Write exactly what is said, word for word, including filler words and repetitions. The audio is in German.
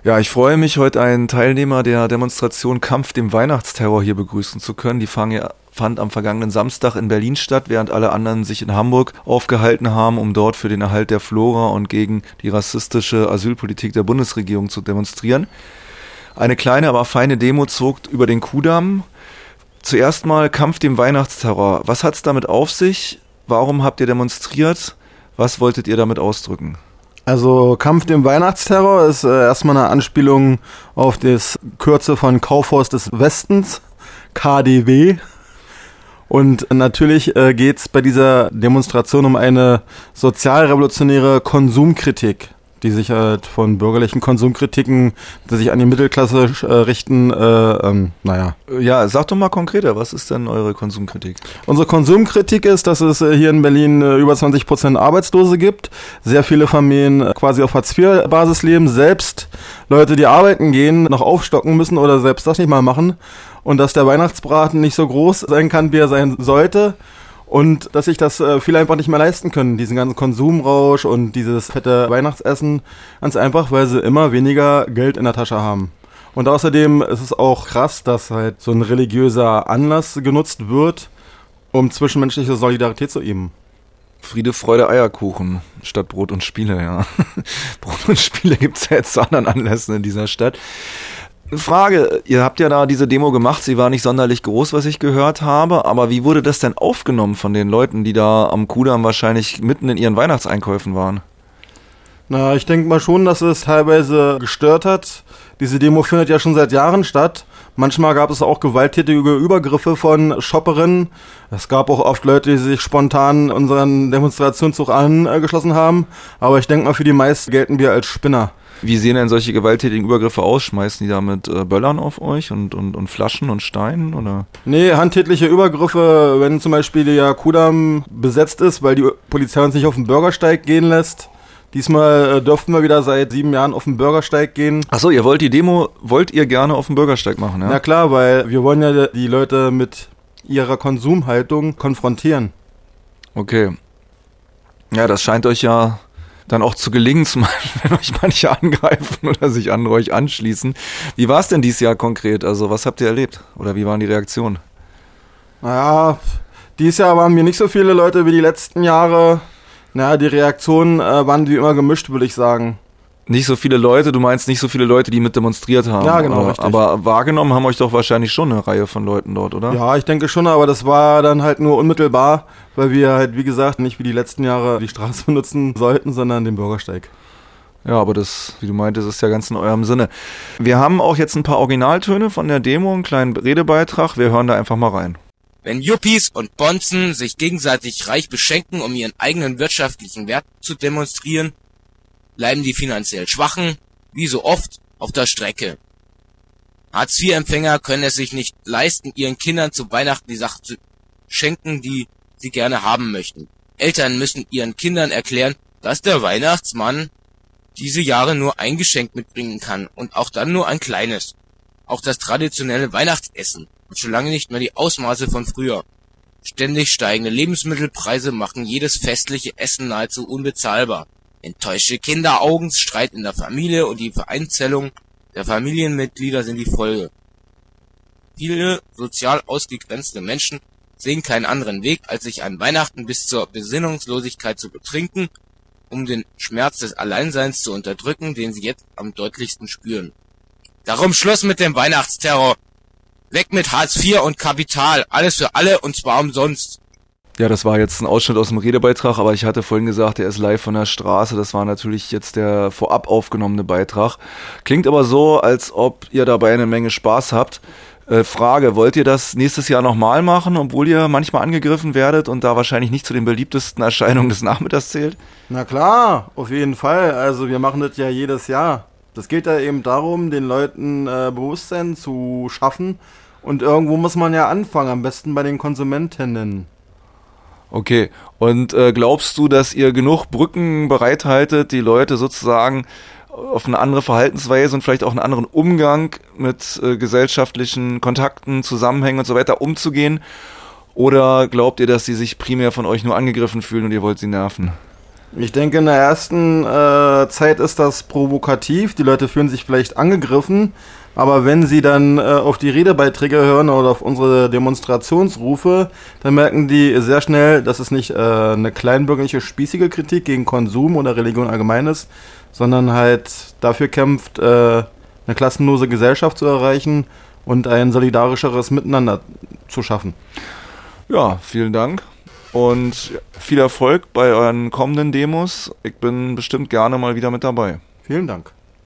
Ja, ich freue mich, heute einen Teilnehmer der Demonstration Kampf dem Weihnachtsterror hier begrüßen zu können. Die fand am vergangenen Samstag in Berlin statt, während alle anderen sich in Hamburg aufgehalten haben, um dort für den Erhalt der Flora und gegen die rassistische Asylpolitik der Bundesregierung zu demonstrieren. Eine kleine, aber feine Demo zog über den Kudamm. Zuerst mal Kampf dem Weihnachtsterror. Was hat's damit auf sich? Warum habt ihr demonstriert? Was wolltet ihr damit ausdrücken? Also Kampf dem Weihnachtsterror ist äh, erstmal eine Anspielung auf das Kürzel von Kaufhaus des Westens, K D W. Und natürlich äh, geht es bei dieser Demonstration um eine sozialrevolutionäre Konsumkritik, die sich halt von bürgerlichen Konsumkritiken, die sich an die Mittelklasse äh, richten, äh, ähm, naja. Ja, sag doch mal konkreter, was ist denn eure Konsumkritik? Unsere Konsumkritik ist, dass es äh, hier in Berlin äh, über zwanzig Prozent Arbeitslose gibt, sehr viele Familien äh, quasi auf Hartz vier Basis leben, selbst Leute, die arbeiten gehen, noch aufstocken müssen oder selbst das nicht mal machen und dass der Weihnachtsbraten nicht so groß sein kann, wie er sein sollte. Und dass sich das äh, viele einfach nicht mehr leisten können, diesen ganzen Konsumrausch und dieses fette Weihnachtsessen, ganz einfach, weil sie immer weniger Geld in der Tasche haben. Und außerdem ist es auch krass, dass halt so ein religiöser Anlass genutzt wird, um zwischenmenschliche Solidarität zu üben. Friede, Freude, Eierkuchen statt Brot und Spiele, ja. Brot und Spiele gibt's ja jetzt zu anderen Anlässen in dieser Stadt. Frage, ihr habt ja da diese Demo gemacht, sie war nicht sonderlich groß, was ich gehört habe, aber wie wurde das denn aufgenommen von den Leuten, die da am Kudamm wahrscheinlich mitten in ihren Weihnachtseinkäufen waren? Na, ich denke mal schon, dass es teilweise gestört hat. Diese Demo findet ja schon seit Jahren statt. Manchmal gab es auch gewalttätige Übergriffe von Shopperinnen. Es gab auch oft Leute, die sich spontan unseren Demonstrationszug angeschlossen haben. Aber ich denke mal, für die meisten gelten wir als Spinner. Wie sehen denn solche gewalttätigen Übergriffe aus? Schmeißen die da mit äh, Böllern auf euch und, und, und Flaschen und Steinen, oder? Nee, handtätliche Übergriffe, wenn zum Beispiel der Kudamm besetzt ist, weil die Polizei uns nicht auf den Bürgersteig gehen lässt. Diesmal äh, dürften wir wieder seit sieben Jahren auf den Bürgersteig gehen. Achso, ihr wollt die Demo, wollt ihr gerne auf dem Bürgersteig machen, ja? Na klar, weil wir wollen ja die Leute mit ihrer Konsumhaltung konfrontieren. Okay. Ja, das scheint euch ja dann auch zu gelingen, zumal wenn euch manche angreifen oder sich an euch anschließen. Wie war es denn dieses Jahr konkret? Also was habt ihr erlebt? Oder wie waren die Reaktionen? Naja, dieses Jahr waren wir nicht so viele Leute wie die letzten Jahre. Naja, die Reaktionen äh, waren wie immer gemischt, würde ich sagen. Nicht so viele Leute, du meinst nicht so viele Leute, die mit demonstriert haben. Ja, genau, aber, richtig. Aber wahrgenommen haben euch doch wahrscheinlich schon eine Reihe von Leuten dort, oder? Ja, ich denke schon, aber das war dann halt nur unmittelbar, weil wir halt, wie gesagt, nicht wie die letzten Jahre die Straße benutzen sollten, sondern den Bürgersteig. Ja, aber das, wie du meintest, ist ja ganz in eurem Sinne. Wir haben auch jetzt ein paar Originaltöne von der Demo, einen kleinen Redebeitrag. Wir hören da einfach mal rein. Wenn Yuppies und Bonzen sich gegenseitig reich beschenken, um ihren eigenen wirtschaftlichen Wert zu demonstrieren, bleiben die finanziell Schwachen, wie so oft, auf der Strecke. Hartz vier Empfänger können es sich nicht leisten, ihren Kindern zu Weihnachten die Sache zu schenken, die sie gerne haben möchten. Eltern müssen ihren Kindern erklären, dass der Weihnachtsmann diese Jahre nur ein Geschenk mitbringen kann und auch dann nur ein kleines. Auch das traditionelle Weihnachtsessen hat schon lange nicht mehr die Ausmaße von früher. Ständig steigende Lebensmittelpreise machen jedes festliche Essen nahezu unbezahlbar. Enttäuschte Kinderaugen, Streit in der Familie und die Vereinzelung der Familienmitglieder sind die Folge. Viele sozial ausgegrenzte Menschen sehen keinen anderen Weg, als sich an Weihnachten bis zur Besinnungslosigkeit zu betrinken, um den Schmerz des Alleinseins zu unterdrücken, den sie jetzt am deutlichsten spüren. Darum Schluss mit dem Weihnachtsterror. Weg mit Hartz vier und Kapital. Alles für alle und zwar umsonst. Ja, das war jetzt ein Ausschnitt aus dem Redebeitrag, aber ich hatte vorhin gesagt, er ist live von der Straße. Das war natürlich jetzt der vorab aufgenommene Beitrag. Klingt aber so, als ob ihr dabei eine Menge Spaß habt. Äh, Frage, wollt ihr das nächstes Jahr nochmal machen, obwohl ihr manchmal angegriffen werdet und da wahrscheinlich nicht zu den beliebtesten Erscheinungen des Nachmittags zählt? Na klar, auf jeden Fall. Also wir machen das ja jedes Jahr. Das geht ja eben darum, den Leuten äh, Bewusstsein zu schaffen. Und irgendwo muss man ja anfangen, am besten bei den Konsumentinnen. Okay, und äh, glaubst du, dass ihr genug Brücken bereithaltet, die Leute sozusagen auf eine andere Verhaltensweise und vielleicht auch einen anderen Umgang mit äh, gesellschaftlichen Kontakten, Zusammenhängen und so weiter umzugehen? Oder glaubt ihr, dass sie sich primär von euch nur angegriffen fühlen und ihr wollt sie nerven? Ich denke, in der ersten äh, Zeit ist das provokativ. Die Leute fühlen sich vielleicht angegriffen. Aber wenn sie dann äh, auf die Redebeiträge hören oder auf unsere Demonstrationsrufe, dann merken die sehr schnell, dass es nicht äh, eine kleinbürgerliche, spießige Kritik gegen Konsum oder Religion allgemein ist, sondern halt dafür kämpft, äh, eine klassenlose Gesellschaft zu erreichen und ein solidarischeres Miteinander zu schaffen. Ja, vielen Dank und viel Erfolg bei euren kommenden Demos. Ich bin bestimmt gerne mal wieder mit dabei. Vielen Dank.